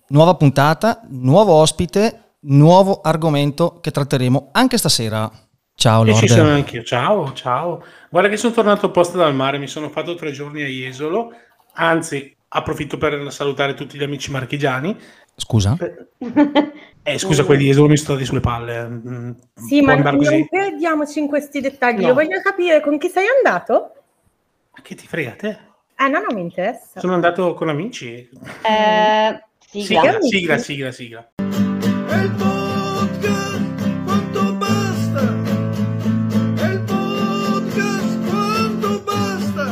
nuova puntata, nuovo ospite, nuovo argomento che tratteremo anche stasera. Ciao E Lord. ci sono anch'io. Ciao. Guarda che sono tornato apposta dal mare, mi sono fatto 3 giorni a Jesolo, anzi approfitto per salutare tutti gli amici marchigiani. Scusa? Scusa, quelli di Jesolo mi sto stati sulle palle. Sì, può ma andare non così? perdiamoci in questi dettagli. No. Io voglio capire con chi sei andato? Ma che ti frega te? No, non mi interessa. Sono andato con amici. Sigla. Sigla. El podcast, quanto basta? El podcast, quanto basta?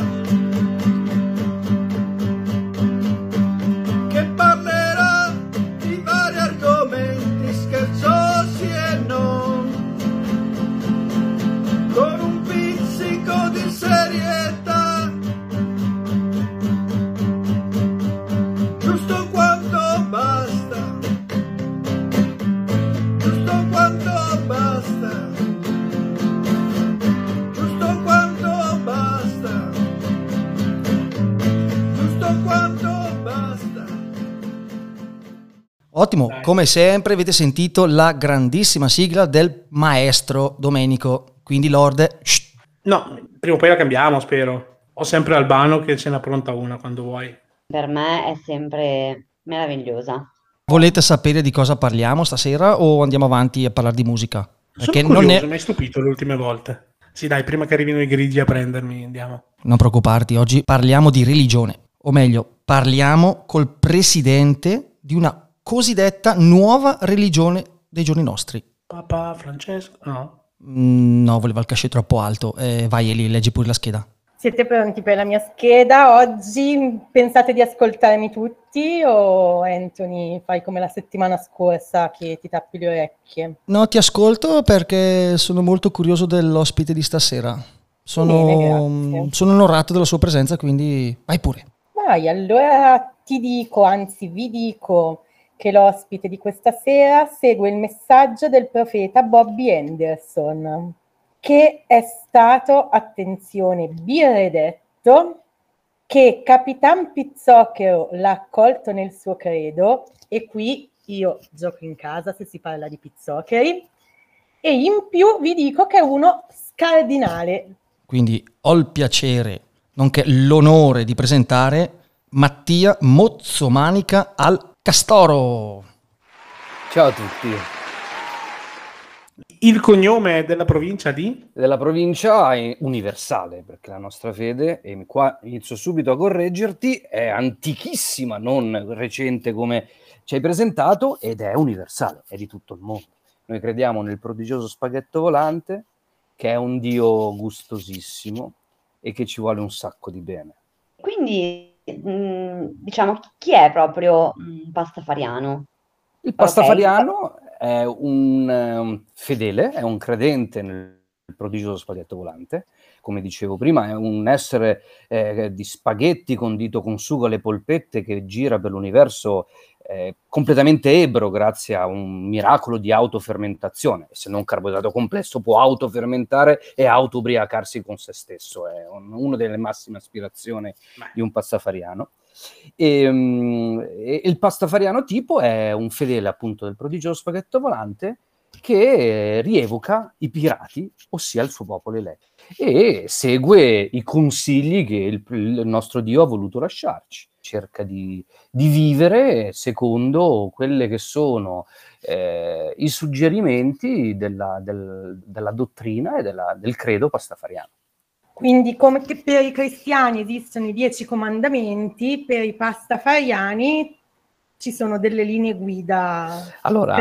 Che parlerà di vari argomenti scherzosi e non, con un pizzico di serietà, giusto quanto basta. Giusto quanto basta. Giusto quanto basta. Giusto quanto basta. Ottimo, Dai. come sempre avete sentito la grandissima sigla del maestro Domenico, quindi Lord, No, prima o poi la cambiamo, spero. Ho sempre Albano che ce n'ha pronta una quando vuoi. Per me è sempre meravigliosa. volete sapere di cosa parliamo stasera o andiamo avanti a parlare di musica? Perché Sono curioso, mi hai stupito le ultime volte. Sì, dai, prima che arrivino i grigi a prendermi, andiamo. Non preoccuparti, oggi parliamo di religione, o meglio, parliamo col presidente di una cosiddetta nuova religione dei giorni nostri. Papa Francesco? No. No, voleva il cachet troppo alto. Vai Eli, leggi pure la scheda. Siete pronti per la mia scheda? Oggi pensate di ascoltarmi tutti o Anthony fai come la settimana scorsa che ti tappi le orecchie? No, ti ascolto perché sono molto curioso dell'ospite di stasera. Bene, Sono onorato della sua presenza, quindi vai pure. Vai, allora ti dico, anzi vi dico che l'ospite di questa sera segue il messaggio del profeta Bobby Anderson, che è stato, attenzione, biredetto, che Capitan Pizzocchero l'ha accolto nel suo credo, e qui io gioco in casa se si parla di pizzoccheri, e in più vi dico che è uno scardinale. Quindi ho il piacere, nonché l'onore di presentare Mattia Mozzomanica al Castoro. Ciao a tutti. Il cognome della provincia di? Della provincia è universale, perché la nostra fede, e qua inizio subito a correggerti, è antichissima, non recente come ci hai presentato, ed è universale, è di tutto il mondo. Noi crediamo nel prodigioso spaghetto volante, che è un dio gustosissimo e che ci vuole un sacco di bene. Quindi, diciamo, chi è proprio Pastafariano? Il pastafariano è un fedele, è un credente nel prodigioso spaghetto volante, come dicevo prima, è un essere di spaghetti condito con sugo alle polpette che gira per l'universo completamente ebro grazie a un miracolo di autofermentazione. Essendo un carboidrato complesso può autofermentare e autoubriacarsi con se stesso, è una delle massime aspirazioni di un pastafariano. E il pastafariano tipo è un fedele appunto del prodigioso spaghetto volante che rievoca i pirati, ossia il suo popolo eletto, e segue i consigli che il nostro Dio ha voluto lasciarci. Cerca di vivere secondo quelle che sono i suggerimenti della dottrina e del credo pastafariano. Quindi come che per i cristiani esistono i 10 comandamenti, per i pastafariani ci sono delle linee guida. Allora,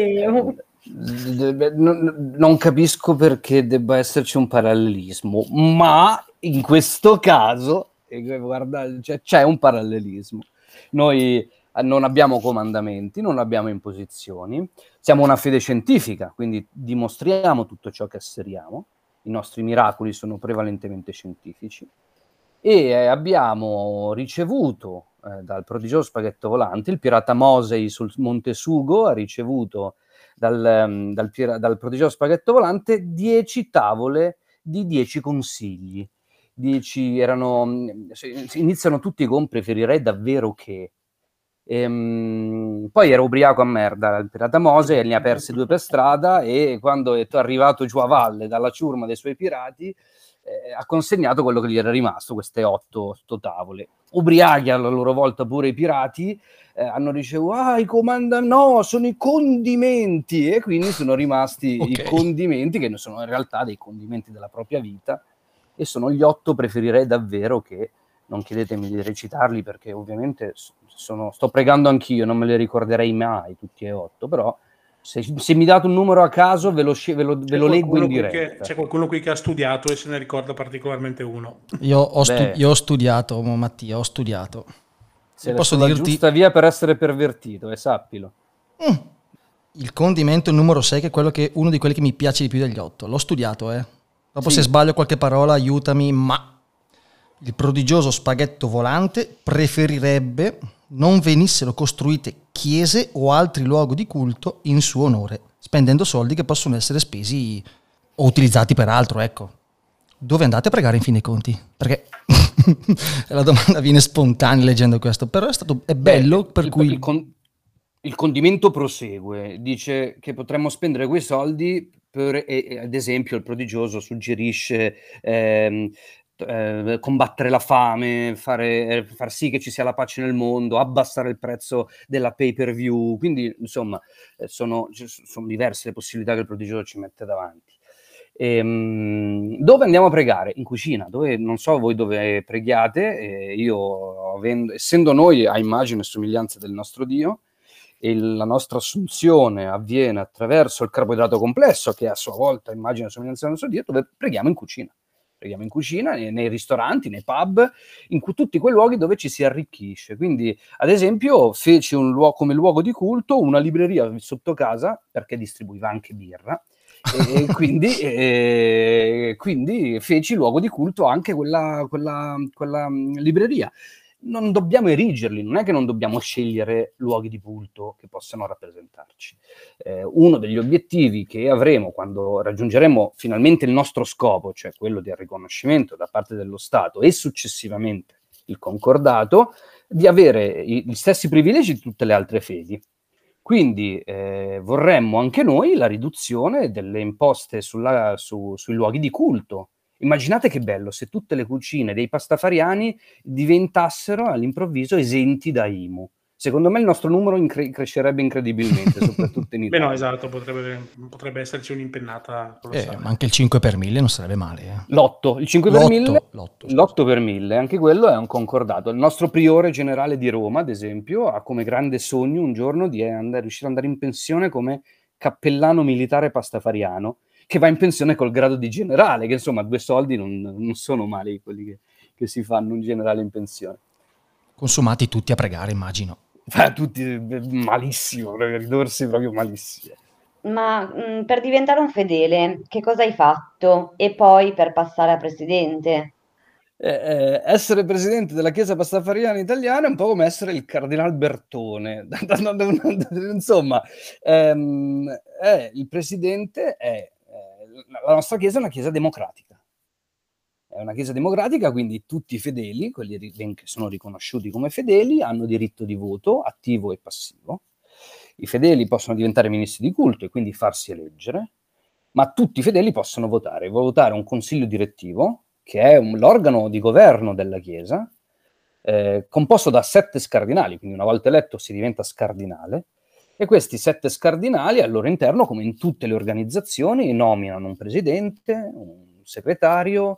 non capisco perché debba esserci un parallelismo, ma in questo caso, guarda, c'è un parallelismo. Noi non abbiamo comandamenti, non abbiamo imposizioni, siamo una fede scientifica, quindi dimostriamo tutto ciò che asseriamo. I nostri miracoli sono prevalentemente scientifici e abbiamo ricevuto dal prodigioso spaghetto volante, il pirata Mosei sul Monte Sugo ha ricevuto dal prodigioso spaghetto volante 10 tavole di 10 consigli. 10 erano, iniziano tutti con preferirei davvero che. Poi ero ubriaco a merda, il pirata Mose, e ne ha perse 2 per strada, e quando è arrivato giù a valle dalla ciurma dei suoi pirati, ha consegnato quello che gli era rimasto, queste 8 tavole. Ubriachi a loro volta pure i pirati, hanno ricevuto, i no, sono i condimenti, e quindi sono rimasti i condimenti, che sono in realtà dei condimenti della propria vita, e sono gli 8, preferirei davvero che non chiedetemi di recitarli, perché ovviamente sto pregando anch'io, non me li ricorderei mai tutti e 8, però se mi date un numero a caso ve lo leggo in diretta. C'è qualcuno qui che ha studiato e se ne ricorda particolarmente uno. Io ho studiato, Mattia, ho studiato. Se posso dirti giusta via per essere pervertito, sappilo. Il condimento numero 6, che è uno di quelli che mi piace di più degli 8. L'ho studiato, Dopo se sbaglio qualche parola aiutami, ma il prodigioso spaghetto volante preferirebbe non venissero costruite chiese o altri luoghi di culto in suo onore, spendendo soldi che possono essere spesi o utilizzati per altro, ecco. Dove andate a pregare in fin dei conti? Perché la domanda viene spontanea leggendo questo, però è bello. Il condimento prosegue, dice che potremmo spendere quei soldi per, ad esempio, il prodigioso suggerisce combattere la fame, far sì che ci sia la pace nel mondo, abbassare il prezzo della pay per view, quindi insomma sono diverse le possibilità che il prodigioso ci mette davanti. Dove andiamo a pregare? In cucina, dove non so voi dove preghiate, essendo noi a immagine e somiglianza del nostro Dio, e la nostra assunzione avviene attraverso il carboidrato complesso, che a sua volta immagine e somiglianza del nostro Dio, dove preghiamo in cucina. Preghiamo in cucina, nei ristoranti, nei pub, tutti quei luoghi dove ci si arricchisce. Quindi, ad esempio, feci come luogo di culto una libreria sotto casa, perché distribuiva anche birra, e quindi feci luogo di culto anche quella libreria. Non dobbiamo erigerli, non è che non dobbiamo scegliere luoghi di culto che possano rappresentarci. Uno degli obiettivi che avremo quando raggiungeremo finalmente il nostro scopo, cioè quello del riconoscimento da parte dello Stato e successivamente il concordato, di avere gli stessi privilegi di tutte le altre fedi. Quindi vorremmo anche noi la riduzione delle imposte sui luoghi di culto. Immaginate che bello se tutte le cucine dei pastafariani diventassero all'improvviso esenti da IMU. Secondo me il nostro numero crescerebbe incredibilmente, soprattutto in Italia. No, esatto, potrebbe esserci un'impennata colossale. Ma anche il 5 per 1000 non sarebbe male. Il 5 per 1000, l'8 per 1000, anche quello è un concordato. Il nostro priore generale di Roma, ad esempio, ha come grande sogno un giorno di riuscire ad andare in pensione come cappellano militare pastafariano, che va in pensione col grado di generale, che insomma 2 soldi non sono male quelli che si fanno un generale in pensione. Consumati tutti a pregare, immagino. Tutti malissimo, ridursi proprio malissimo. Ma per diventare un fedele, che cosa hai fatto? E poi per passare a presidente? Essere presidente della Chiesa Pastafariana Italiana è un po' come essere il Cardinal Bertone. Insomma, il presidente la nostra Chiesa è una Chiesa democratica. È una Chiesa democratica, quindi tutti i fedeli, quelli che sono riconosciuti come fedeli, hanno diritto di voto attivo e passivo. I fedeli possono diventare ministri di culto e quindi farsi eleggere, ma tutti i fedeli possono votare un consiglio direttivo, che è l'organo di governo della Chiesa, composto da 7 scardinali, quindi una volta eletto si diventa scardinale, e questi 7 scardinali al loro interno, come in tutte le organizzazioni, nominano un presidente, un segretario,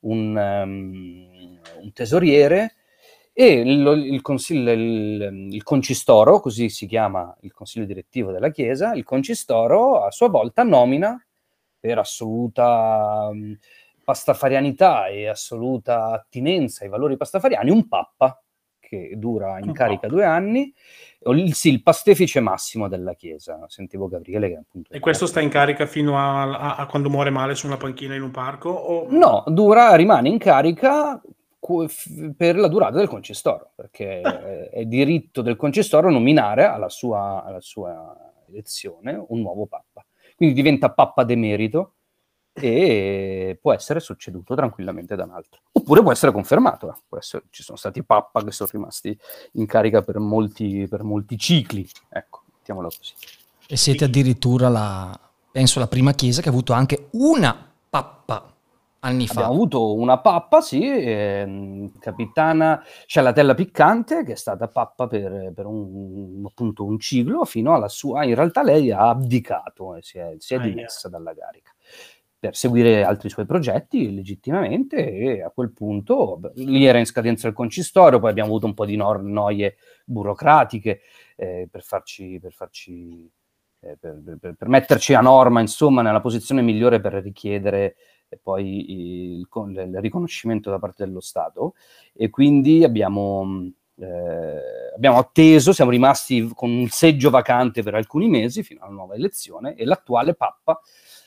un tesoriere, e il concistoro, così si chiama il consiglio direttivo della Chiesa, il concistoro a sua volta nomina, per assoluta pastafarianità e assoluta attinenza ai valori pastafariani, un papa che dura in carica 2 anni, il pastefice massimo della Chiesa. Sentivo Gabriele che appunto... E questo sta in carica fino a quando muore male su una panchina in un parco? O... No, rimane in carica per la durata del concistoro, perché è diritto del concistoro nominare alla sua elezione un nuovo papa. Quindi diventa papa demerito e può essere succeduto tranquillamente da un altro. Oppure può essere confermato. Ci sono stati papa che sono rimasti in carica per molti cicli. mettiamola così. E siete addirittura penso la prima chiesa che ha avuto anche una pappa anni fa. Abbiamo avuto una pappa, sì, capitana Sciallatella Piccante, che è stata pappa per appunto un ciclo, fino alla sua... In realtà lei ha abdicato e si è dimessa dalla carica per seguire altri suoi progetti legittimamente, e a quel punto lì era in scadenza il concistorio, poi abbiamo avuto un po' di noie burocratiche per metterci a norma, insomma, nella posizione migliore per richiedere poi il riconoscimento da parte dello Stato, e quindi abbiamo atteso, siamo rimasti con un seggio vacante per alcuni mesi fino alla nuova elezione, e l'attuale Papa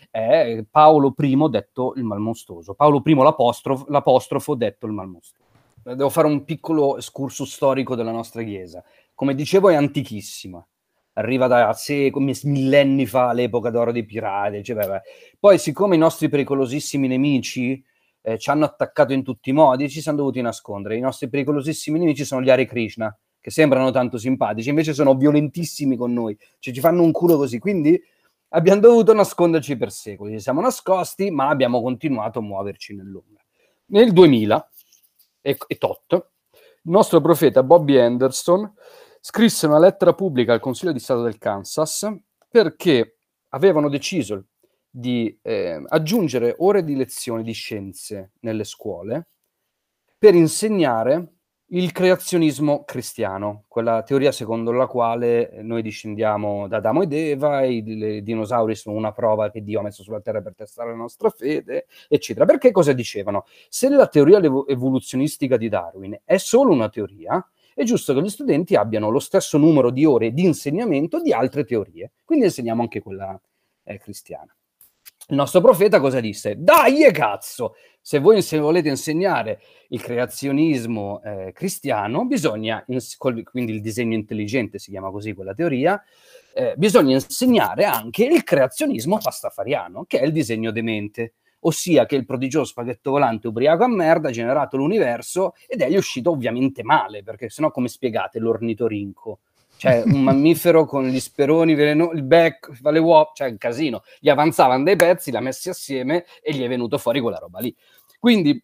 è Paolo I detto il Malmostoso, Paolo I l'apostrofo detto il Malmostoso. Devo fare un piccolo excursus storico della nostra Chiesa. Come dicevo, è antichissima. Arriva da millenni fa, l'epoca d'oro dei pirati, cioè, poi siccome i nostri pericolosissimi nemici ci hanno attaccato in tutti i modi, ci siamo dovuti nascondere. I nostri pericolosissimi nemici sono gli Hare Krishna, che sembrano tanto simpatici, invece sono violentissimi con noi, cioè ci fanno un culo così, quindi abbiamo dovuto nasconderci per secoli. Ci siamo nascosti, ma abbiamo continuato a muoverci nell'ombra. Nel 2000 e tot, il nostro profeta Bobby Anderson scrisse una lettera pubblica al Consiglio di Stato del Kansas perché avevano deciso di aggiungere ore di lezioni di scienze nelle scuole per insegnare il creazionismo cristiano, quella teoria secondo la quale noi discendiamo da Adamo ed Eva, e i dinosauri sono una prova che Dio ha messo sulla terra per testare la nostra fede, eccetera. Perché cosa dicevano? Se la teoria evoluzionistica di Darwin è solo una teoria, è giusto che gli studenti abbiano lo stesso numero di ore di insegnamento di altre teorie. Quindi insegniamo anche quella cristiana. Il nostro profeta cosa disse? Dai, cazzo! Se voi volete insegnare il creazionismo cristiano, bisogna, quindi il disegno intelligente si chiama così quella teoria, bisogna insegnare anche il creazionismo pastafariano, che è il disegno demente, ossia che il prodigioso spaghetto volante ubriaco a merda ha generato l'universo ed è uscito ovviamente male, perché sennò come spiegate l'ornitorinco? Cioè un mammifero con gli speroni velenosi, il becco, fa le uova, cioè un casino. Gli avanzavano dei pezzi, li ha messi assieme e gli è venuto fuori quella roba lì. Quindi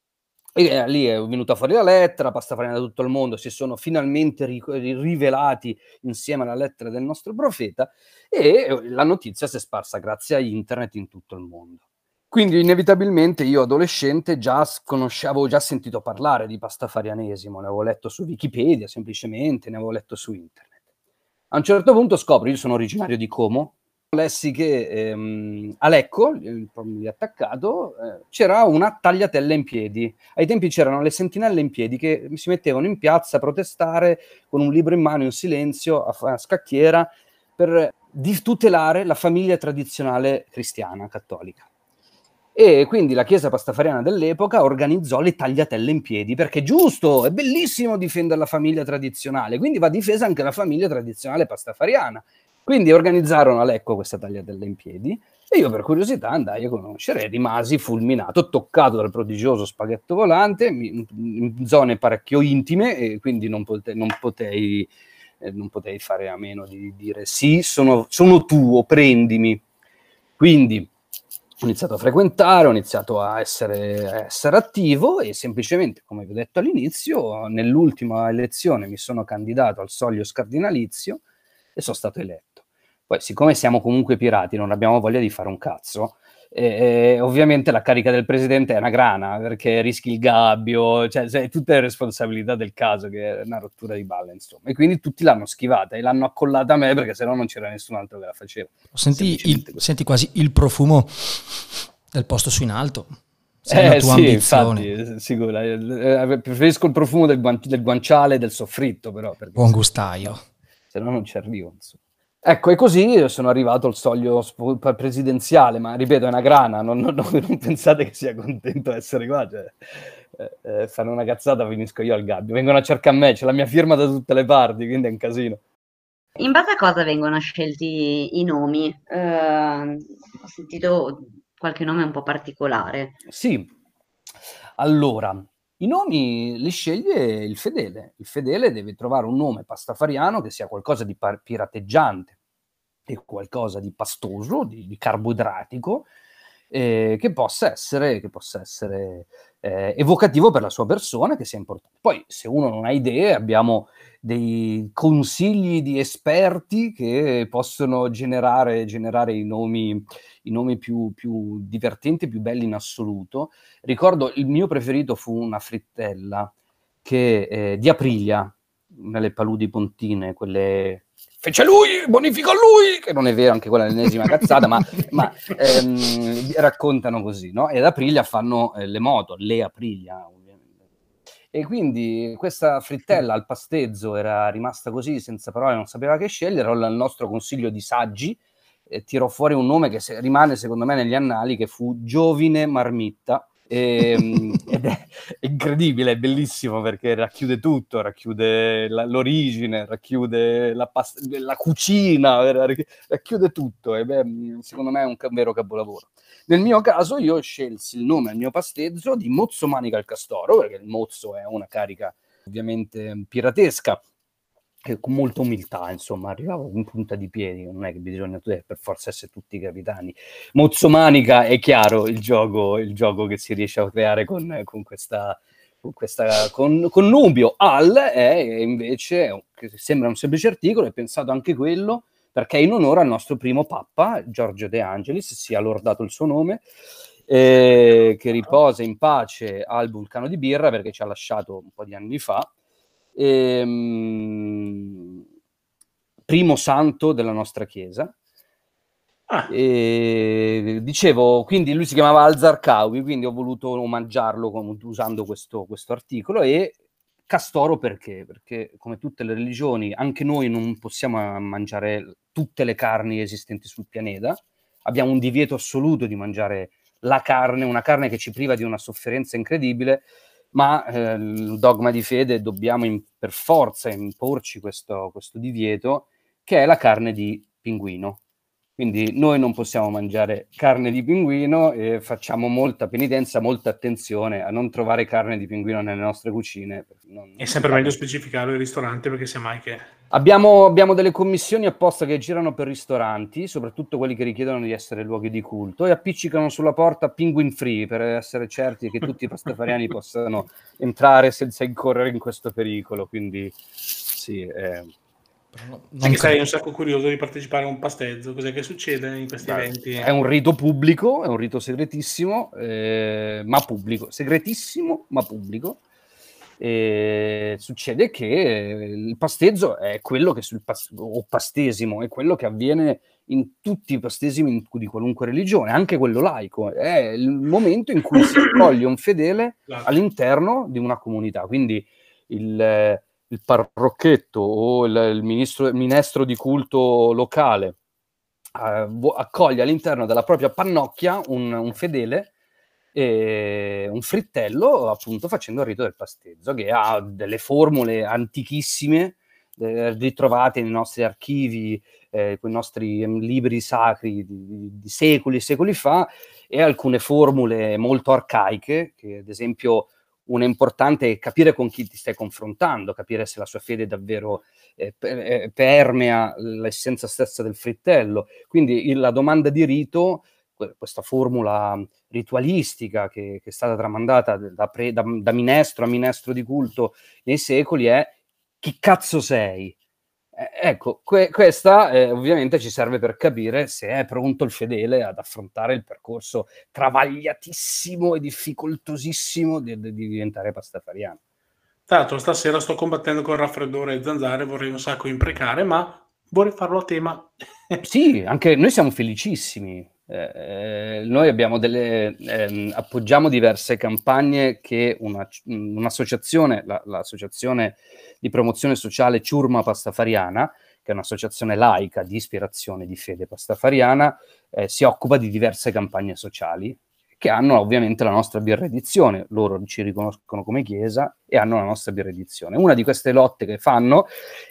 lì è venuta fuori la lettera, pastafariana da tutto il mondo si sono finalmente rivelati insieme alla lettera del nostro profeta, e la notizia si è sparsa grazie a internet in tutto il mondo. Quindi inevitabilmente io adolescente avevo già sentito parlare di pastafarianesimo, ne avevo letto su Wikipedia semplicemente, ne avevo letto su internet. A un certo punto scopro, io sono originario di Como, lessi che a Lecco, lì attaccato, c'era una tagliatella in piedi. Ai tempi c'erano le sentinelle in piedi che si mettevano in piazza a protestare con un libro in mano in silenzio, a scacchiera, per tutelare la famiglia tradizionale cristiana, cattolica. E quindi la chiesa pastafariana dell'epoca organizzò le tagliatelle in piedi, perché giusto, è bellissimo difendere la famiglia tradizionale, quindi va difesa anche la famiglia tradizionale pastafariana. Quindi organizzarono a Lecco questa tagliatella in piedi e io per curiosità andai a conoscere e rimasi fulminato, toccato dal prodigioso spaghetto volante in zone parecchio intime, e quindi non potei fare a meno di dire sì, sono tuo, prendimi. Quindi ho iniziato a frequentare, ho iniziato a essere attivo, e semplicemente, come vi ho detto all'inizio, nell'ultima elezione mi sono candidato al soglio scardinalizio e sono stato eletto. Poi, siccome siamo comunque pirati, non abbiamo voglia di fare un cazzo, ovviamente la carica del presidente è una grana, perché rischi il gabbio, cioè tutte le responsabilità del caso, che è una rottura di balle, insomma. E quindi tutti l'hanno schivata e l'hanno accollata a me, perché sennò non c'era nessun altro che la faceva. Senti quasi il profumo del posto su in alto. Sei la tua ambizione. Infatti, sicuro. Preferisco il profumo del guanciale e del soffritto, però. Buon gustaio. Se no non ci arrivo, insomma. Ecco, e così sono arrivato al soglio presidenziale, ma ripeto, è una grana, non pensate che sia contento di essere qua, cioè, fanno una cazzata, finisco io al gabbio, vengono a cercare me, c'è la mia firma da tutte le parti, quindi è un casino. In base a cosa vengono scelti i nomi? Ho sentito qualche nome un po' particolare. Sì, allora, I nomi li sceglie il fedele. Il fedele deve trovare un nome pastafariano che sia qualcosa di pirateggiante e qualcosa di pastoso, di carboidratico, che possa essere evocativo per la sua persona, che sia importante. Poi, se uno non ha idee, abbiamo dei consigli di esperti che possono generare i nomi più divertenti, più belli in assoluto. Ricordo il mio preferito fu una frittella di Aprilia, nelle paludi pontine, quelle fece lui, bonificò lui, che non è vero, anche quella è l'ennesima cazzata, ma raccontano così, no? E ad Aprilia fanno le moto, le Aprilia, ovviamente. E quindi questa frittella al pastezzo era rimasta così, senza parole, non sapeva che scegliere. Allora il nostro consiglio di saggi tirò fuori un nome che rimane secondo me negli annali, che fu Giovine Marmitta. Ed è incredibile, è bellissimo, perché racchiude tutto, racchiude l'origine, racchiude la cucina, racchiude tutto, e secondo me è un vero capolavoro. Nel mio caso io scelsi il nome al mio pastezzo di Mozzo Manica al Castoro, perché il mozzo è una carica ovviamente piratesca, con molta umiltà, insomma, arrivavo in punta di piedi, non è che bisogna per forza essere tutti capitani. Mozzo Manica è chiaro il gioco che si riesce a creare con questa connubio. Al è invece, che sembra un semplice articolo, è pensato anche quello perché in onore al nostro primo Papa, Giorgio De Angelis, sia lordato il suo nome, che riposa in pace al Vulcano di Birra, perché ci ha lasciato un po' di anni fa. Primo santo della nostra chiesa. Dicevo, quindi lui si chiamava Al-Zarqawi, quindi ho voluto omaggiarlo usando questo articolo. E Castoro perché? Perché come tutte le religioni, anche noi non possiamo mangiare tutte le carni esistenti sul pianeta, abbiamo un divieto assoluto di mangiare la carne, una carne che ci priva di una sofferenza incredibile, ma il dogma di fede dobbiamo per forza imporci questo divieto, che è la carne di pinguino. Quindi noi non possiamo mangiare carne di pinguino e facciamo molta penitenza, molta attenzione a non trovare carne di pinguino nelle nostre cucine. È sempre meglio specificarlo il ristorante, perché semmai che... Abbiamo delle commissioni apposta che girano per ristoranti, soprattutto quelli che richiedono di essere luoghi di culto, e appiccicano sulla porta Penguin Free, per essere certi che tutti i pastafariani possano entrare senza incorrere in questo pericolo. Quindi sì... Sai che sei un sacco curioso di partecipare a un pastezzo, cos'è che succede in questi eventi? È un rito pubblico, è un rito segretissimo, ma pubblico, segretissimo ma pubblico. Succede che il pastezzo è quello che o pastesimo è quello che avviene in tutti i pastesimi di qualunque religione, anche quello laico. È il momento in cui si accoglie un fedele all'interno di una comunità. Quindi il parrocchetto o il ministro di culto locale accoglie all'interno della propria pannocchia un fedele, un frittello, appunto, facendo il rito del pastezzo, che ha delle formule antichissime ritrovate nei nostri archivi, con i nostri libri sacri di secoli e secoli fa, e alcune formule molto arcaiche, che ad esempio una importante è capire con chi ti stai confrontando, capire se la sua fede davvero permea l'essenza stessa del frittello. Quindi la domanda di rito, questa formula ritualistica che è stata tramandata da minestro a minestro di culto nei secoli, è: chi cazzo sei? Ecco, questa ovviamente ci serve per capire se è pronto il fedele ad affrontare il percorso travagliatissimo e difficoltosissimo di diventare pastafariano. Tra l'altro stasera sto combattendo con raffreddore e zanzare, vorrei un sacco imprecare, ma vorrei farlo a tema. Sì, anche noi siamo felicissimi. Noi abbiamo appoggiamo diverse campagne che un'associazione, l'associazione di promozione sociale Ciurma Pastafariana, che è un'associazione laica di ispirazione di fede pastafariana, si occupa di diverse campagne sociali che hanno ovviamente la nostra birra edizione. Loro ci riconoscono come chiesa e hanno la nostra birra edizione. Una di queste lotte che fanno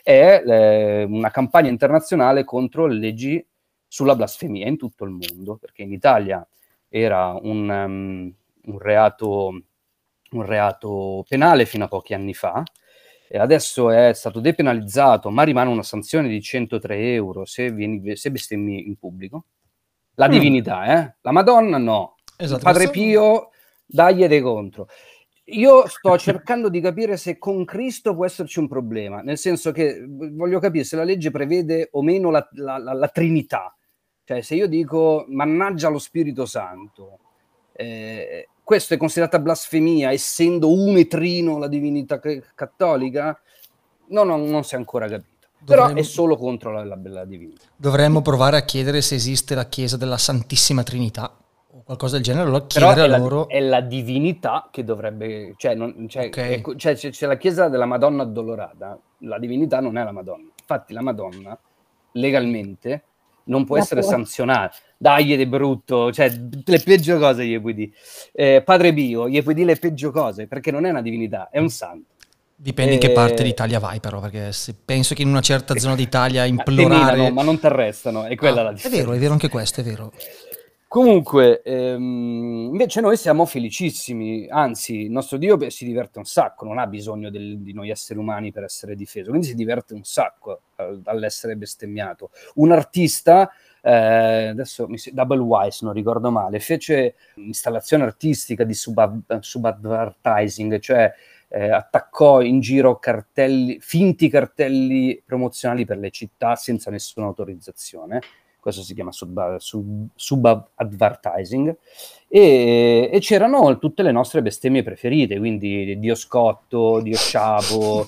è una campagna internazionale contro le leggi sulla blasfemia in tutto il mondo, perché in Italia era un reato un reato penale fino a pochi anni fa, e adesso è stato depenalizzato, ma rimane una sanzione di 103 euro se bestemmi in pubblico. La divinità, la Madonna no. Esatto, Il Padre questo- Pio, dagli dei contro. Io sto cercando di capire se con Cristo può esserci un problema, nel senso che voglio capire se la legge prevede o meno la Trinità. Cioè, se io dico mannaggia lo Spirito Santo, questo è considerata blasfemia, essendo un e trino la divinità cattolica? No, non si è ancora capito. Però Dovremmo- è solo contro la divinità. Dovremmo provare a chiedere se esiste la Chiesa della Santissima Trinità o qualcosa del genere, allora Però chiedere a è loro... è la divinità che dovrebbe... Cioè, Ok. c'è la chiesa della Madonna Addolorata, la divinità non è la Madonna. Infatti la Madonna, legalmente, non può Ma essere poi- sanzionata. Dai, di brutto, cioè, le peggio cose gli puoi dire. Padre Pio, gli puoi dire le peggio cose, perché non è una divinità, è un santo. Dipende in che parte d'Italia vai, però, perché se penso che in una certa zona d'Italia Te implorare... minano, ma non ti arrestano, è quella Ah, la è differenza. vero anche questo, è vero. Comunque, invece noi siamo felicissimi, anzi il nostro Dio si diverte un sacco, non ha bisogno di noi esseri umani per essere difeso, quindi si diverte un sacco all'essere bestemmiato. Un artista, adesso Double Wise, non ricordo male, fece un'installazione artistica di sub-advertising, cioè attaccò in giro finti cartelli promozionali per le città senza nessuna autorizzazione. Questo si chiama sub-advertising, e c'erano tutte le nostre bestemmie preferite, quindi Dio scotto, Dio sciapo,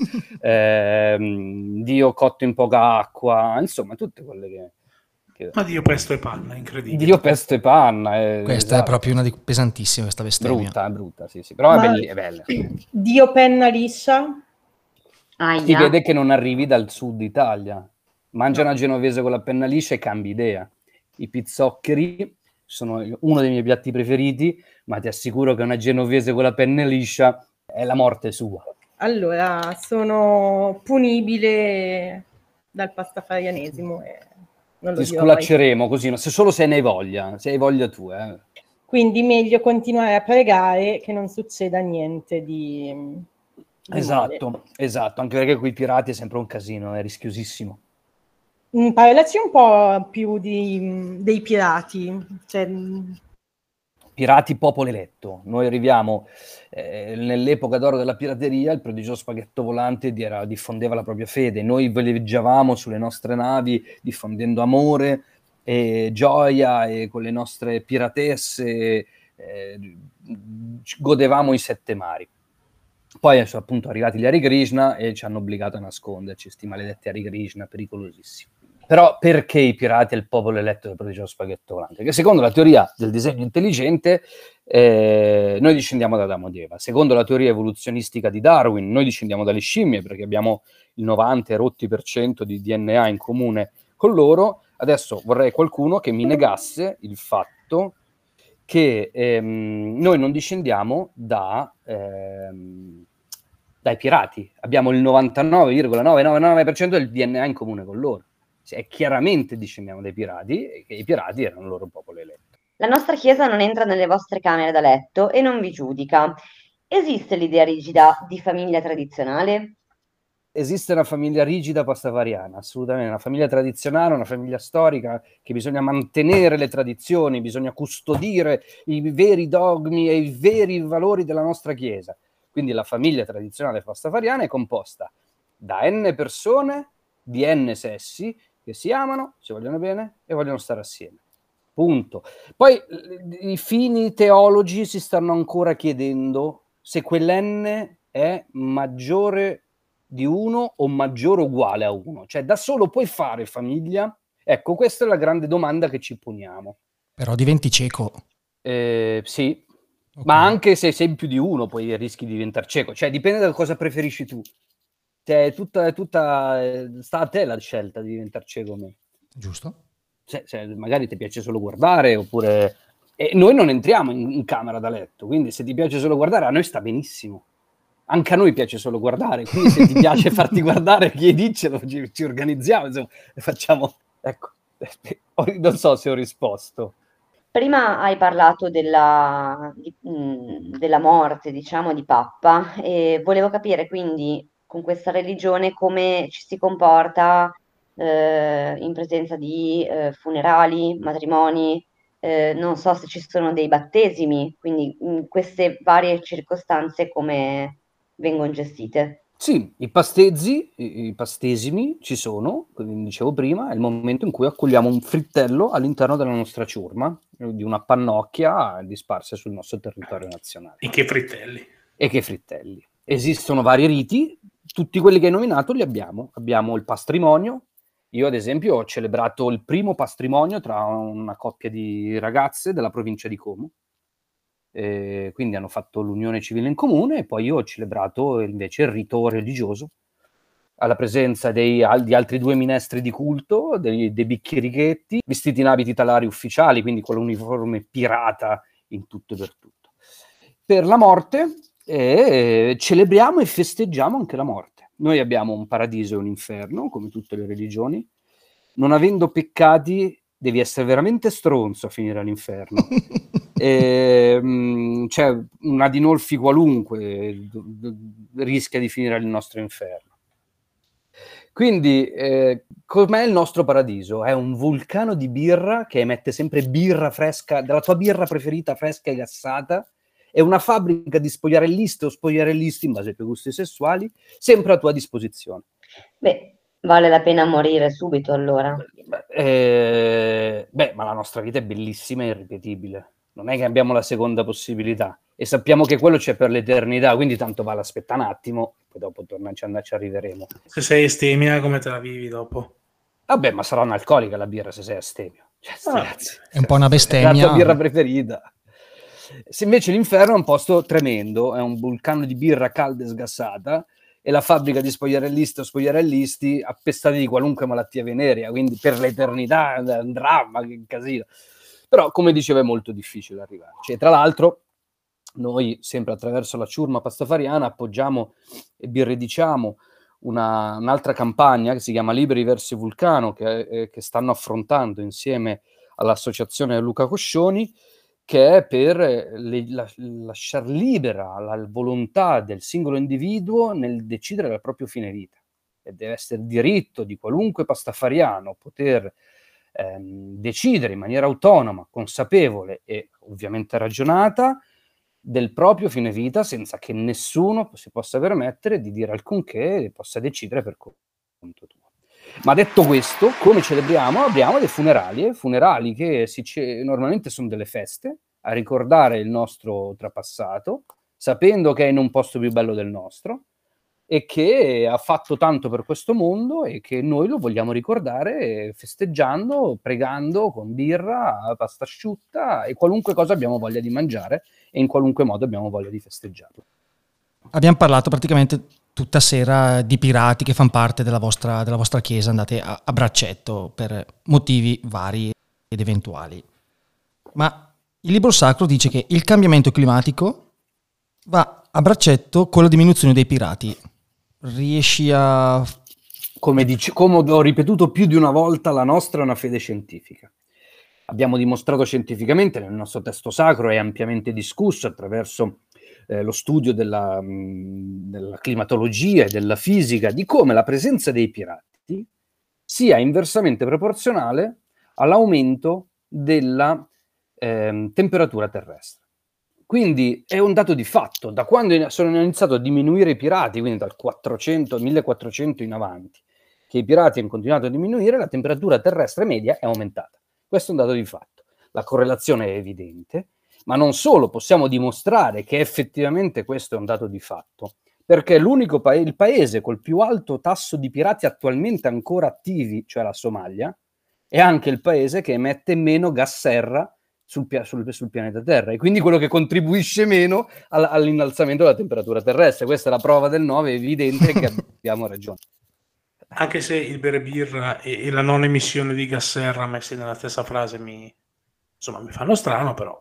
Dio cotto in poca acqua, insomma tutte quelle che Ma Dio pesto e panna, incredibile. Dio pesto e panna. Questa esatto. è proprio una di pesantissime, questa bestemmia. Brutta, sì, però Ma- è bella. Dio penna liscia? Si vede che non arrivi dal sud Italia. Mangia una genovese con la penna liscia e cambi idea. I pizzoccheri sono uno dei miei piatti preferiti, ma ti assicuro che una genovese con la penna liscia è la morte sua. Allora, sono punibile dal pastafarianesimo e non lo Ti dirò mai. sculacceremo così, se solo se ne hai voglia tu. Quindi meglio continuare a pregare che non succeda niente di male. Esatto, anche perché con i pirati è sempre un casino, è rischiosissimo. Parlaci un po' più dei pirati. Cioè, Pirati popolo eletto. Noi arriviamo nell'epoca d'oro della pirateria, il prodigioso spaghetto volante diffondeva la propria fede. Noi veleggiavamo sulle nostre navi diffondendo amore e gioia, e con le nostre piratesse godevamo i 7 mari. Poi sono appunto arrivati gli Hare Krishna e ci hanno obbligato a nasconderci, sti maledetti Hare Krishna, pericolosissimi. Però perché i pirati è il popolo eletto del prodigioso spaghetto volante? Perché secondo la teoria del disegno intelligente noi discendiamo da Adamo ed Eva. Secondo la teoria evoluzionistica di Darwin, noi discendiamo dalle scimmie perché abbiamo il 90% di DNA in comune con loro. Adesso vorrei qualcuno che mi negasse il fatto che noi non discendiamo dai pirati. Abbiamo il 99,999% del DNA in comune con loro. Chiaramente discendiamo dai pirati, e che i pirati erano il loro popolo eletto. La nostra Chiesa non entra nelle vostre camere da letto e non vi giudica. Esiste l'idea rigida di famiglia tradizionale? Esiste una famiglia rigida pastafariana, assolutamente, una famiglia tradizionale, una famiglia storica, che bisogna mantenere le tradizioni, bisogna custodire i veri dogmi e i veri valori della nostra Chiesa. Quindi la famiglia tradizionale pastafariana è composta da n persone, di n sessi, che si amano, si vogliono bene e vogliono stare assieme. Punto. Poi i fini teologi si stanno ancora chiedendo se quell'N è maggiore di 1 o maggiore o uguale a 1. Cioè, da solo puoi fare famiglia? Ecco, questa è la grande domanda che ci poniamo. Però diventi cieco. Sì, Ok. ma anche se sei più di 1 poi rischi di diventare cieco. Cioè, dipende da cosa preferisci tu. Cioè, sta a te la scelta di diventare cieco o meno. Giusto? Se magari ti piace solo guardare, oppure... E noi non entriamo in camera da letto, quindi se ti piace solo guardare, a noi sta benissimo. Anche a noi piace solo guardare, quindi se ti piace farti guardare, chiedicelo, ci organizziamo, insomma, e facciamo... Ecco, non so se ho risposto. Prima hai parlato della morte, diciamo, di Pappa, e volevo capire quindi con questa religione come ci si comporta in presenza di funerali, matrimoni, non so se ci sono dei battesimi, quindi in queste varie circostanze come vengono gestite. Sì, i pastesimi ci sono, come dicevo prima, è il momento in cui accogliamo un frittello all'interno della nostra ciurma, di una pannocchia disparsa sul nostro territorio nazionale. E che frittelli. E che frittelli. Esistono vari riti, tutti quelli che hai nominato li abbiamo. Abbiamo il patrimonio. Io, ad esempio, ho celebrato il primo patrimonio tra una coppia di ragazze della provincia di Como. Quindi hanno fatto l'unione civile in comune, e poi io ho celebrato invece il rito religioso alla presenza di altri 2 minestri di culto, dei bicchierichetti, vestiti in abiti talari ufficiali, quindi con l'uniforme pirata in tutto e per tutto. Per la morte celebriamo e festeggiamo anche la morte. Noi abbiamo un paradiso e un inferno, come tutte le religioni. Non avendo peccati, devi essere veramente stronzo a finire all'inferno. Cioè, un Adinolfi qualunque rischia di finire al nostro inferno. Quindi, com'è il nostro paradiso? È un vulcano di birra che emette sempre birra fresca, della tua birra preferita, fresca e gassata. È una fabbrica di spogliarellisti o spogliarellisti, in base ai tuoi gusti sessuali, sempre a tua disposizione. Beh, vale la pena morire subito allora. Ma la nostra vita è bellissima e irripetibile. Non è che abbiamo la seconda possibilità. E sappiamo che quello c'è per l'eternità, quindi tanto vale aspettare un attimo, poi dopo ci arriveremo. Se sei astemia, come te la vivi dopo? Vabbè, ma sarà un'alcolica la birra se sei astemio. Ragazzi, è un po' una bestemmia. È la tua birra preferita. Se invece l'inferno è un posto tremendo, è un vulcano di birra calda e sgassata, e la fabbrica di spogliarellisti o spogliarellisti appestati di qualunque malattia venerea, quindi per l'eternità è un dramma, che casino. Però, come dicevo, è molto difficile arrivarci. E tra l'altro, noi, sempre attraverso la ciurma pastafariana, appoggiamo e birrediciamo un'altra campagna che si chiama Liberi verso Vulcano, che stanno affrontando insieme all'associazione Luca Coscioni, che è per lasciar libera la volontà del singolo individuo nel decidere il proprio fine vita. E deve essere diritto di qualunque pastafariano poter decidere in maniera autonoma, consapevole e ovviamente ragionata del proprio fine vita, senza che nessuno si possa permettere di dire alcunché e possa decidere per conto tuo. Ma detto questo, come celebriamo? Abbiamo dei funerali che normalmente sono delle feste a ricordare il nostro trapassato, sapendo che è in un posto più bello del nostro e che ha fatto tanto per questo mondo e che noi lo vogliamo ricordare festeggiando, pregando con birra, pasta asciutta e qualunque cosa abbiamo voglia di mangiare e in qualunque modo abbiamo voglia di festeggiarlo. Abbiamo parlato praticamente tutta sera di pirati che fanno parte della vostra chiesa, andate a braccetto per motivi vari ed eventuali. Ma il libro sacro dice che il cambiamento climatico va a braccetto con la diminuzione dei pirati. Riesci a... Come ho ripetuto più di una volta, la nostra è una fede scientifica. Abbiamo dimostrato scientificamente, nel nostro testo sacro è ampiamente discusso attraverso lo studio della climatologia e della fisica, di come la presenza dei pirati sia inversamente proporzionale all'aumento della temperatura terrestre. Quindi è un dato di fatto. Da quando sono iniziato a diminuire i pirati, quindi dal 1400 in avanti, che i pirati hanno continuato a diminuire, la temperatura terrestre media è aumentata. Questo è un dato di fatto. La correlazione è evidente, ma non solo, possiamo dimostrare che effettivamente questo è un dato di fatto, perché il paese col più alto tasso di pirati attualmente ancora attivi, cioè la Somalia, è anche il paese che emette meno gas serra sul pianeta Terra, e quindi quello che contribuisce meno all'innalzamento della temperatura terrestre. Questa è la prova del 9, è evidente che abbiamo ragione. Anche se il bere birra e la non emissione di gas serra messi nella stessa frase mi fanno strano, però.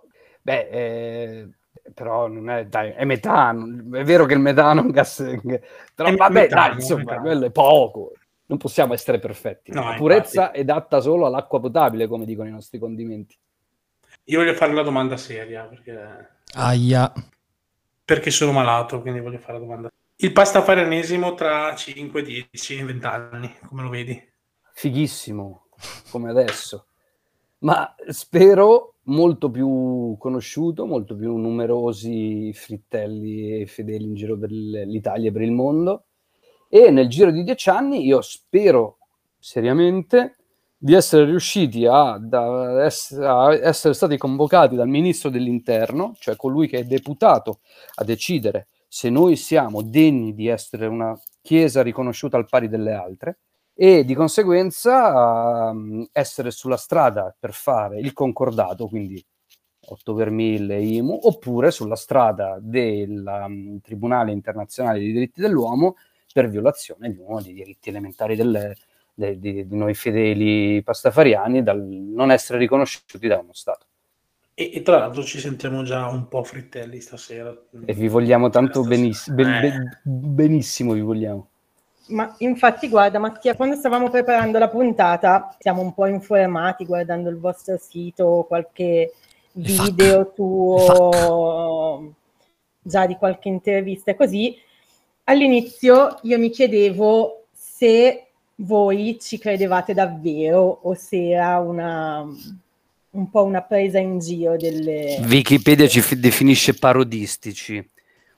Però non è, dai, è metano. È vero che il metano è un gas, però vabbè, metano, dai, insomma, quello è poco. Non possiamo essere perfetti. No, la purezza infatti. è data solo all'acqua potabile, come dicono i nostri condimenti. Io voglio fare la domanda seria, Aia. perché sono malato, quindi voglio fare la domanda. Il pastafarianesimo tra 5, 10, 20 anni, come lo vedi? Fighissimo, come adesso. Ma spero molto più conosciuto, molto più numerosi frittelli e fedeli in giro per l'Italia e per il mondo. E nel giro di 10 anni io spero seriamente di essere riusciti a essere stati convocati dal ministro dell'interno, cioè colui che è deputato a decidere se noi siamo degni di essere una chiesa riconosciuta al pari delle altre, e di conseguenza essere sulla strada per fare il concordato, quindi 8 per 1000 IMU, oppure sulla strada del Tribunale Internazionale dei Diritti dell'Uomo per violazione di uno dei diritti elementari di noi fedeli pastafariani, dal non essere riconosciuti da uno Stato. E tra l'altro ci sentiamo già un po' frittelli stasera. E vi vogliamo tanto benissimo, vi vogliamo. Ma infatti, guarda Mattia, quando stavamo preparando la puntata siamo un po' informati guardando il vostro sito, qualche video tuo, già di qualche intervista e così. All'inizio io mi chiedevo se voi ci credevate davvero o se era un po' una presa in giro delle... Wikipedia ci definisce parodistici.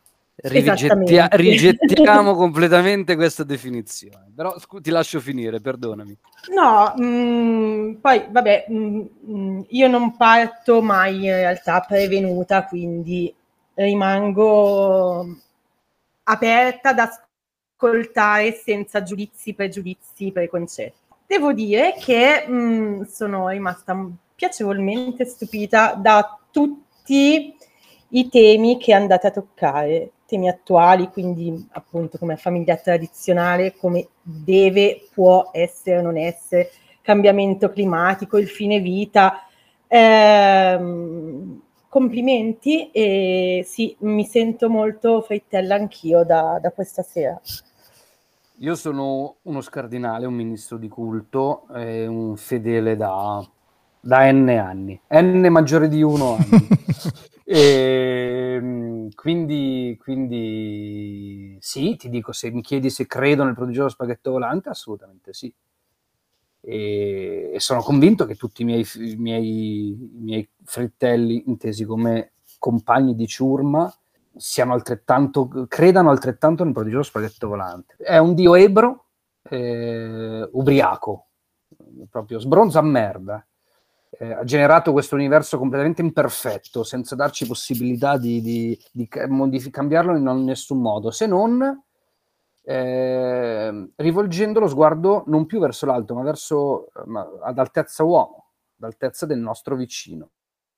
Rigettiamo completamente questa definizione, però ti lascio finire, perdonami. No, poi vabbè, io non parto mai in realtà prevenuta, quindi rimango aperta ad ascoltare senza giudizi, pregiudizi, preconcetti. Devo dire che sono rimasta piacevolmente stupita da tutti i temi che andate a toccare, temi attuali, quindi appunto come famiglia tradizionale, come deve, può essere o non essere, cambiamento climatico, il fine vita. Complimenti e sì, mi sento molto frittella anch'io da questa sera. Io sono uno scardinale, un ministro di culto, un fedele da N anni, N maggiore di 1 anni. E quindi sì, ti dico, se mi chiedi se credo nel prodigioso spaghetto volante, assolutamente sì. E sono convinto che tutti i miei fratelli, intesi come compagni di ciurma, credano altrettanto nel prodigioso spaghetto volante. È un dio ebro, ubriaco, proprio sbronza a merda. Ha generato questo universo completamente imperfetto, senza darci possibilità di cambiarlo in nessun modo, se non rivolgendo lo sguardo non più verso l'alto, ma ad altezza uomo, ad altezza del nostro vicino.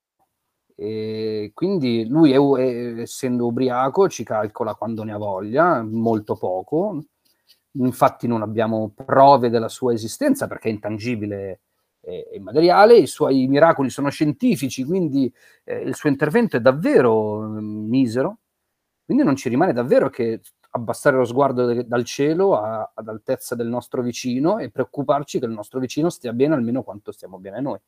E quindi lui, essendo ubriaco, ci calcola quando ne ha voglia, molto poco. Infatti non abbiamo prove della sua esistenza perché è intangibile e immateriale. I suoi miracoli sono scientifici, quindi il suo intervento è davvero misero. Quindi non ci rimane davvero che abbassare lo sguardo dal cielo ad altezza del nostro vicino e preoccuparci che il nostro vicino stia bene almeno quanto stiamo bene noi.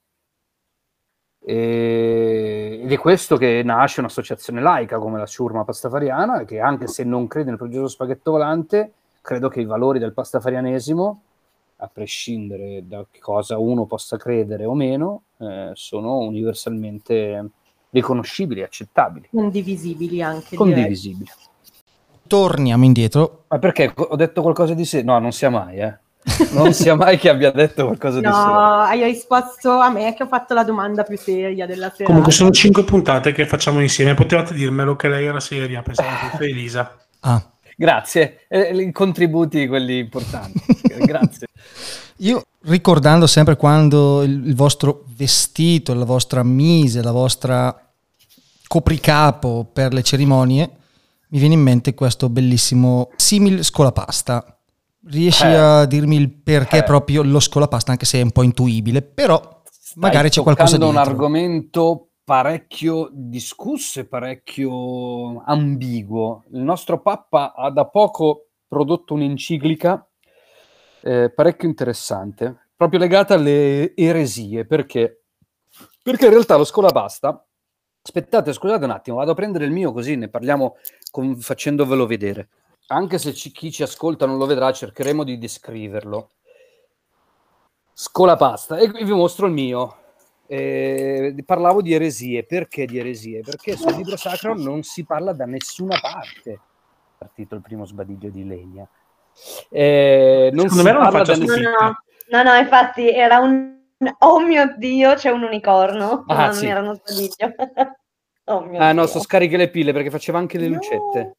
Ed è questo che nasce un'associazione laica come la Ciurma Pastafariana, che anche se non crede nel prodigioso spaghetto volante, credo che i valori del pastafarianesimo, a prescindere da cosa uno possa credere o meno, sono universalmente riconoscibili e accettabili. Condivisibili anche. Condivisibili. Torniamo indietro. Ma perché ho detto qualcosa di sé? No, non sia mai, Non sia mai che abbia detto qualcosa di serio. No, hai risposto a me che ho fatto la domanda più seria della serata. Comunque sono 5 puntate che facciamo insieme, potevate dirmelo che lei era seria, pensavo fosse Elisa. Grazie, i contributi quelli importanti. Grazie. Io, ricordando sempre quando il vostro vestito, la vostra mise, la vostra copricapo per le cerimonie, mi viene in mente questo bellissimo simil scolapasta. Riesci a dirmi il perché proprio lo scolapasta, anche se è un po' intuibile, però magari c'è qualcosa dietro. È un argomento parecchio discusso e parecchio ambiguo. Il nostro Papa ha da poco prodotto un'enciclica parecchio interessante, proprio legata alle eresie, perché Perché in realtà lo scolapasta, aspettate, scusate un attimo, vado a prendere il mio così ne parliamo facendovelo vedere. Anche se chi ci ascolta non lo vedrà, cercheremo di descriverlo. Scolapasta, e vi mostro il mio. Parlavo di eresie. Perché di eresie? Perché sul libro sacro non si parla da nessuna parte. È partito il primo sbadiglio di legna. Non Secondo si me non la parla da faccia nessuna No, infatti era un... Oh mio Dio, c'è un unicorno. Ah, No, sì. non era uno sbadiglio. Oh mio Ah no, Dio. so scariche le pile perché faceva anche le No. lucette.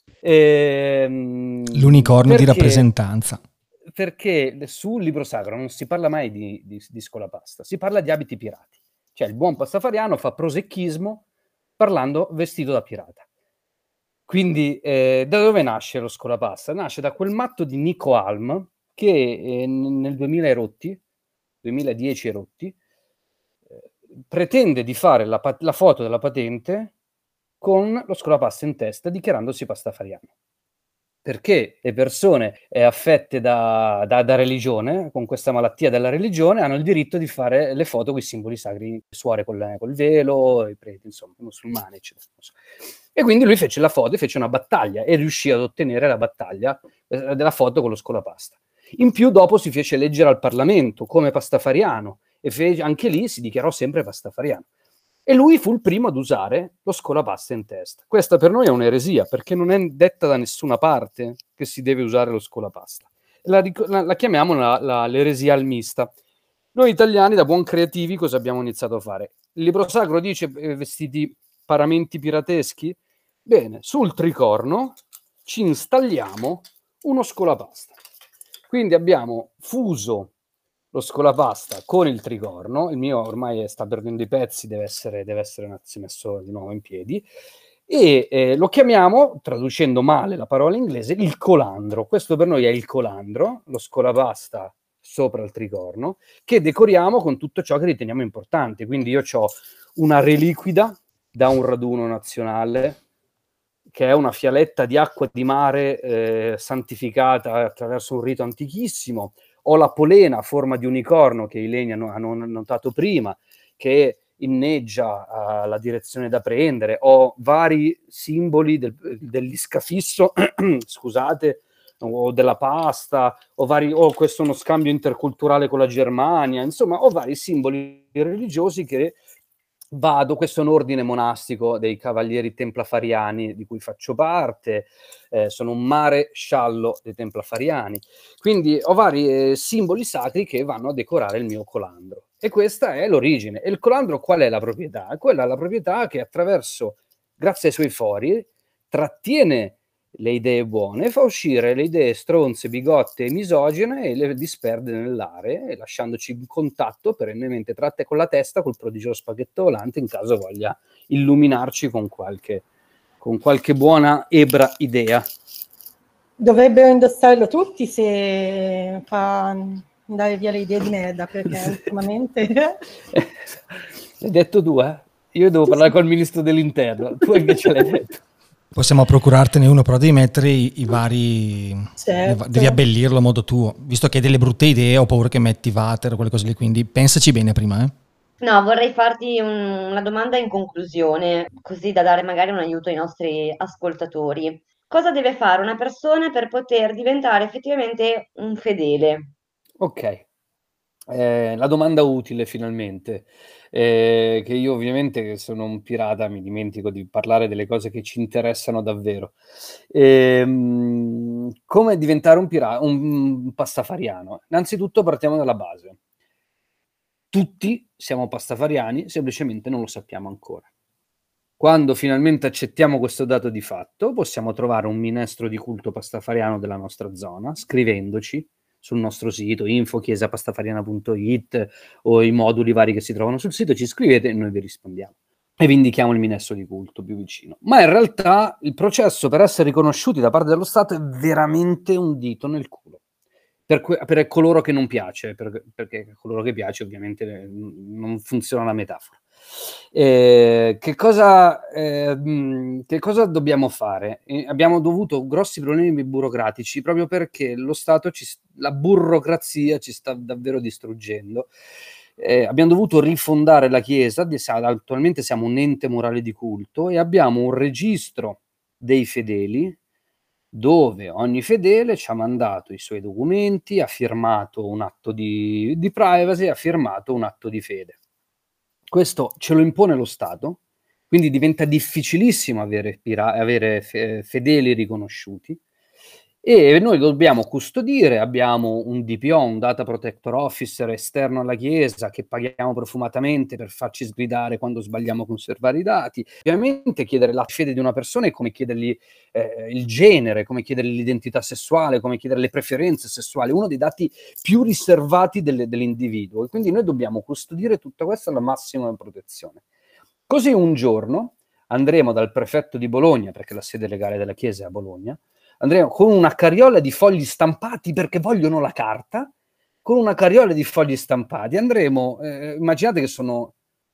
L'unicorno di Perché? rappresentanza. Perché sul libro sacro non si parla mai di scolapasta, si parla di abiti pirati. Cioè il buon pastafariano fa prosecchismo parlando vestito da pirata. Quindi da dove nasce lo scolapasta? Nasce da quel matto di Nico Alm che nel 2000 erotti, 2010 erotti, pretende di fare la foto della patente con lo scolapasta in testa dichiarandosi pastafariano. Perché le persone affette da religione, con questa malattia della religione, hanno il diritto di fare le foto con i simboli sacri, le suore col velo, i preti, insomma, i musulmani, eccetera. E quindi lui fece la foto, fece una battaglia e riuscì ad ottenere la battaglia della foto con lo scolapasta. In più dopo si fece eleggere al Parlamento come pastafariano e anche lì si dichiarò sempre pastafariano. E lui fu il primo ad usare lo scolapasta in testa. Questa per noi è un'eresia, perché non è detta da nessuna parte che si deve usare lo scolapasta. La chiamiamo l'eresia almista. Noi italiani, da buon creativi, cosa abbiamo iniziato a fare? Il libro sacro dice vestiti paramenti pirateschi? Bene, sul tricorno ci installiamo uno scolapasta. Quindi abbiamo fuso lo scolapasta con il tricorno, il mio ormai sta perdendo i pezzi, deve essere messo di nuovo in piedi, e lo chiamiamo, traducendo male la parola inglese, il colandro. Questo per noi è il colandro, lo scolapasta sopra il tricorno, che decoriamo con tutto ciò che riteniamo importante. Quindi io ho una reliquida da un raduno nazionale, che è una fialetta di acqua di mare santificata attraverso un rito antichissimo. Ho la polena a forma di unicorno che i legni hanno notato prima, che inneggia la direzione da prendere. Ho vari simboli dell'iscafisso, scusate, o della pasta, o questo è uno scambio interculturale con la Germania, insomma, ho vari simboli religiosi che questo è un ordine monastico dei cavalieri templafariani di cui faccio parte, sono un mare sciallo dei templafariani, quindi ho vari simboli sacri che vanno a decorare il mio colandro. E questa è l'origine. E il colandro qual è la proprietà? Quella è la proprietà che grazie ai suoi fori, trattiene le idee buone, fa uscire le idee stronze, bigotte e misogine e le disperde nell'aria, lasciandoci in contatto perennemente tratte con la testa col prodigioso spaghetto volante, in caso voglia illuminarci con qualche buona ebra idea. Dovrebbero indossarlo tutti se fa andare via le idee di merda, perché ultimamente... L'hai detto tu, eh? Io devo parlare col ministro dell'interno, tu invece l'hai detto. Possiamo procurartene uno, però devi mettere i vari... Certo. Devi abbellirlo a modo tuo. Visto che hai delle brutte idee, ho paura che metti water o quelle cose lì, quindi pensaci bene prima, eh. No, vorrei farti una domanda in conclusione, così da dare magari un aiuto ai nostri ascoltatori. Cosa deve fare una persona per poter diventare effettivamente un fedele? Ok, la domanda utile finalmente, che io ovviamente che sono un pirata mi dimentico di parlare delle cose che ci interessano davvero. Come diventare un pastafariano? Innanzitutto partiamo dalla base. Tutti siamo pastafariani, semplicemente non lo sappiamo ancora. Quando finalmente accettiamo questo dato di fatto, possiamo trovare un minestro di culto pastafariano della nostra zona, scrivendoci sul nostro sito info.chiesapastafariana.it o i moduli vari che si trovano sul sito, ci scrivete e noi vi rispondiamo e vi indichiamo il minestro di culto più vicino. Ma in realtà il processo per essere riconosciuti da parte dello Stato è veramente un dito nel culo. Per coloro che non piace, perché coloro che piace ovviamente non funziona la metafora. Che cosa dobbiamo fare? Abbiamo dovuto grossi problemi burocratici proprio perché lo Stato, la burocrazia ci sta davvero distruggendo. abbiamo dovuto rifondare la chiesa, attualmente siamo un ente morale di culto e abbiamo un registro dei fedeli dove ogni fedele ci ha mandato i suoi documenti, ha firmato un atto di privacy, ha firmato un atto di fede. Questo ce lo impone lo Stato, quindi diventa difficilissimo avere fedeli riconosciuti e noi lo dobbiamo custodire. Abbiamo un DPO, un Data Protector Officer esterno alla Chiesa che paghiamo profumatamente per farci sgridare quando sbagliamo a conservare i dati. Ovviamente chiedere la fede di una persona è come chiedergli il genere, come chiedergli l'identità sessuale, come chiedere le preferenze sessuali, uno dei dati più riservati dell'individuo, e quindi noi dobbiamo custodire tutto questo alla massima protezione. Così un giorno andremo dal prefetto di Bologna, perché la sede legale della Chiesa è a Bologna, andremo con una carriola di fogli stampati perché vogliono la carta, con una carriola di fogli stampati andremo, immaginate che sono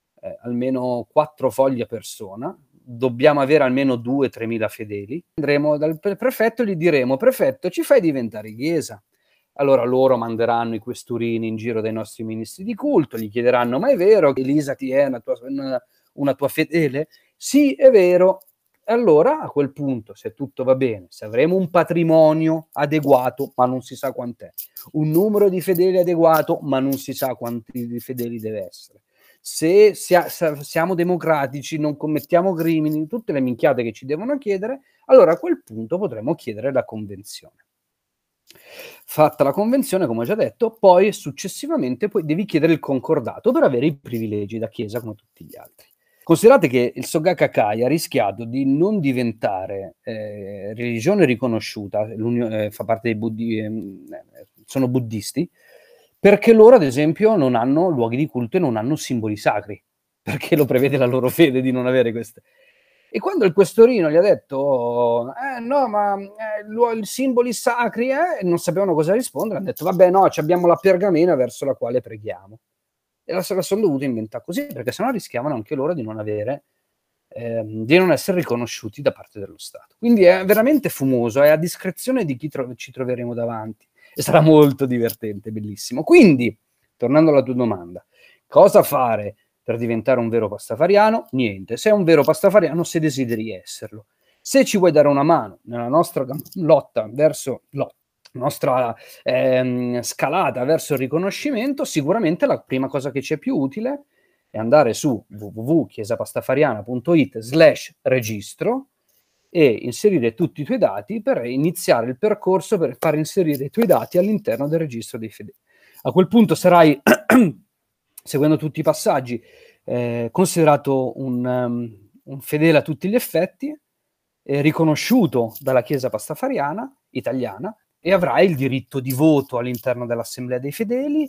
almeno 4 fogli a persona, dobbiamo avere almeno 2-3 mila fedeli, andremo dal prefetto e gli diremo: prefetto, ci fai diventare Chiesa? Allora loro manderanno i questurini in giro dai nostri ministri di culto, gli chiederanno: ma è vero che Elisa ti è una tua fedele? Sì, è vero. Allora a quel punto, se tutto va bene, se avremo un patrimonio adeguato, ma non si sa quant'è, un numero di fedeli adeguato, ma non si sa quanti fedeli deve essere, se siamo democratici, non commettiamo crimini, tutte le minchiate che ci devono chiedere, allora a quel punto potremo chiedere la convenzione. Fatta la convenzione, come ho già detto, poi successivamente devi chiedere il concordato per avere i privilegi da Chiesa come tutti gli altri. Considerate che il Soka Gakkai ha rischiato di non diventare religione riconosciuta, fa parte dei sono buddisti, perché loro ad esempio non hanno luoghi di culto e non hanno simboli sacri, perché lo prevede la loro fede di non avere queste. E quando il questorino gli ha detto no, ma i simboli sacri, non sapevano cosa rispondere, hanno detto vabbè no, abbiamo la pergamena verso la quale preghiamo. E la sono dovuto inventare così, perché sennò rischiavano anche loro di non essere riconosciuti da parte dello Stato. Quindi è veramente fumoso, è a discrezione di chi ci troveremo davanti e sarà molto divertente, bellissimo. Quindi, tornando alla tua domanda, cosa fare per diventare un vero pastafariano? Niente, sei un vero pastafariano se desideri esserlo. Se ci vuoi dare una mano nella nostra lotta verso nostra scalata verso il riconoscimento, sicuramente la prima cosa che ci è più utile è andare su www.chiesapastafariana.it/registro e inserire tutti i tuoi dati per iniziare il percorso per far inserire i tuoi dati all'interno del registro dei fedeli. A quel punto sarai, seguendo tutti i passaggi, considerato un fedele a tutti gli effetti, riconosciuto dalla Chiesa pastafariana italiana, e avrai il diritto di voto all'interno dell'Assemblea dei Fedeli,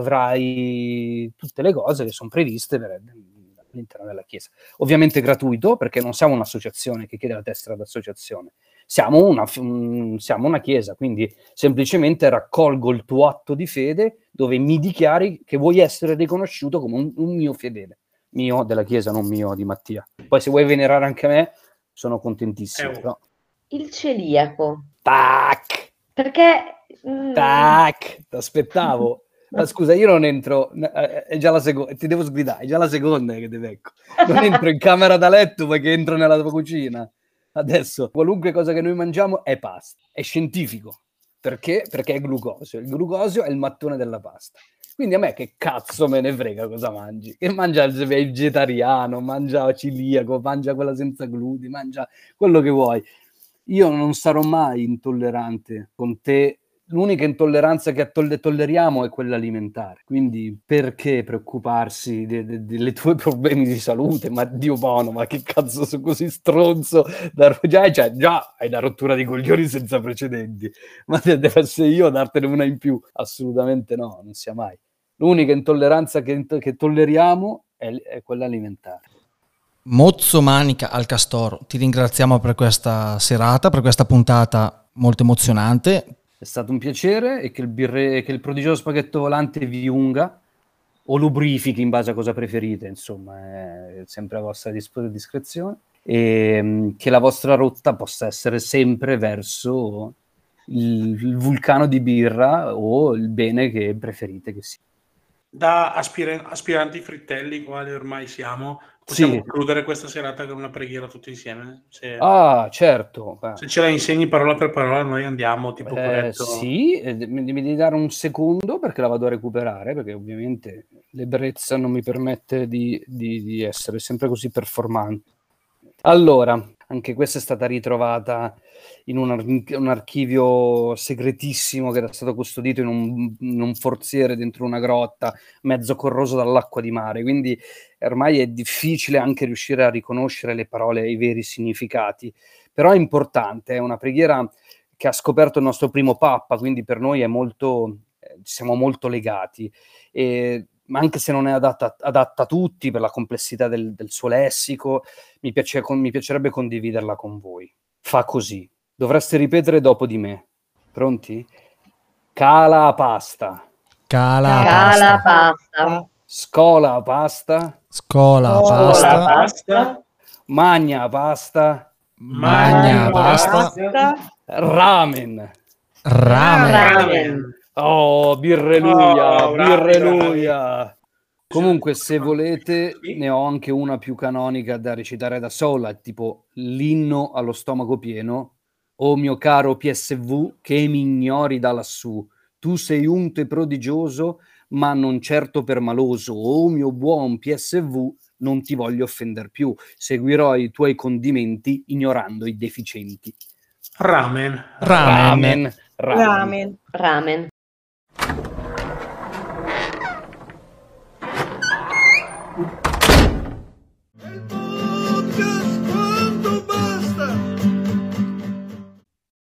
avrai tutte le cose che sono previste all'interno della Chiesa. Ovviamente gratuito, perché non siamo un'associazione che chiede la tessera d'associazione, siamo una Chiesa, quindi semplicemente raccolgo il tuo atto di fede dove mi dichiari che vuoi essere riconosciuto come un mio fedele, mio della Chiesa, non mio di Mattia. Poi se vuoi venerare anche me, sono contentissimo. Però. Il celiaco. Tac! Perché... Tac! T'aspettavo. Ma scusa, io non entro... È già la seconda... Ti devo sgridare, è già la seconda che ti becco. Non entro in camera da letto perché entro nella tua cucina. Adesso, qualunque cosa che noi mangiamo è pasta. È scientifico. Perché? Perché è glucosio. Il glucosio è il mattone della pasta. Quindi a me che cazzo me ne frega cosa mangi? Che mangia il vegetariano, mangia celiaco, mangia quella senza glutine, mangia quello che vuoi. Io non sarò mai intollerante con te. L'unica intolleranza che tolleriamo è quella alimentare. Quindi perché preoccuparsi dei tuoi problemi di salute? Ma Dio buono, ma che cazzo sono così stronzo? Già hai una rottura di coglioni senza precedenti. Ma deve essere io a dartene una in più? Assolutamente no, non sia mai. L'unica intolleranza che tolleriamo è quella alimentare. Mozzo Manica al Castoro, ti ringraziamo per questa serata, per questa puntata molto emozionante. È stato un piacere e che il prodigioso spaghetto volante vi unga o lubrifichi in base a cosa preferite, insomma, è sempre a vostra discrezione, e che la vostra rotta possa essere sempre verso il vulcano di birra o il bene che preferite che sia. Da aspiranti frittelli, quali ormai siamo, possiamo Sì. concludere questa serata con una preghiera tutti insieme? Ah, certo. Se ce la insegni parola per parola, noi andiamo tipo corretto. Sì, mi devi dare un secondo perché la vado a recuperare, perché ovviamente l'ebbrezza non mi permette di essere sempre così performante. Allora, anche questa è stata ritrovata in un archivio segretissimo che era stato custodito in un forziere dentro una grotta, mezzo corroso dall'acqua di mare, quindi ormai è difficile anche riuscire a riconoscere le parole e i veri significati, però è importante, è una preghiera che ha scoperto il nostro primo Papa, quindi per noi è molto, siamo molto legati, ma anche se non è adatta a tutti per la complessità del suo lessico, mi piacerebbe condividerla con voi. Fa così. Dovreste ripetere dopo di me. Pronti? Cala a pasta. Cala a Cala pasta. pasta. Scola a pasta. Scola a pasta. Pasta. Magna a pasta. Magna a pasta. Ramen. Ramen. Oh, birreluia, Oh, bravi, birreluia. Comunque, se volete, ne ho anche una più canonica da recitare da sola, tipo l'inno allo stomaco pieno. O mio caro PSV, che mi ignori da lassù, tu sei unto e prodigioso, ma non certo per maloso. O mio buon PSV, non ti voglio offender più, seguirò i tuoi condimenti ignorando i deficienti. Ramen. Ramen. Ramen. Ramen. Ramen.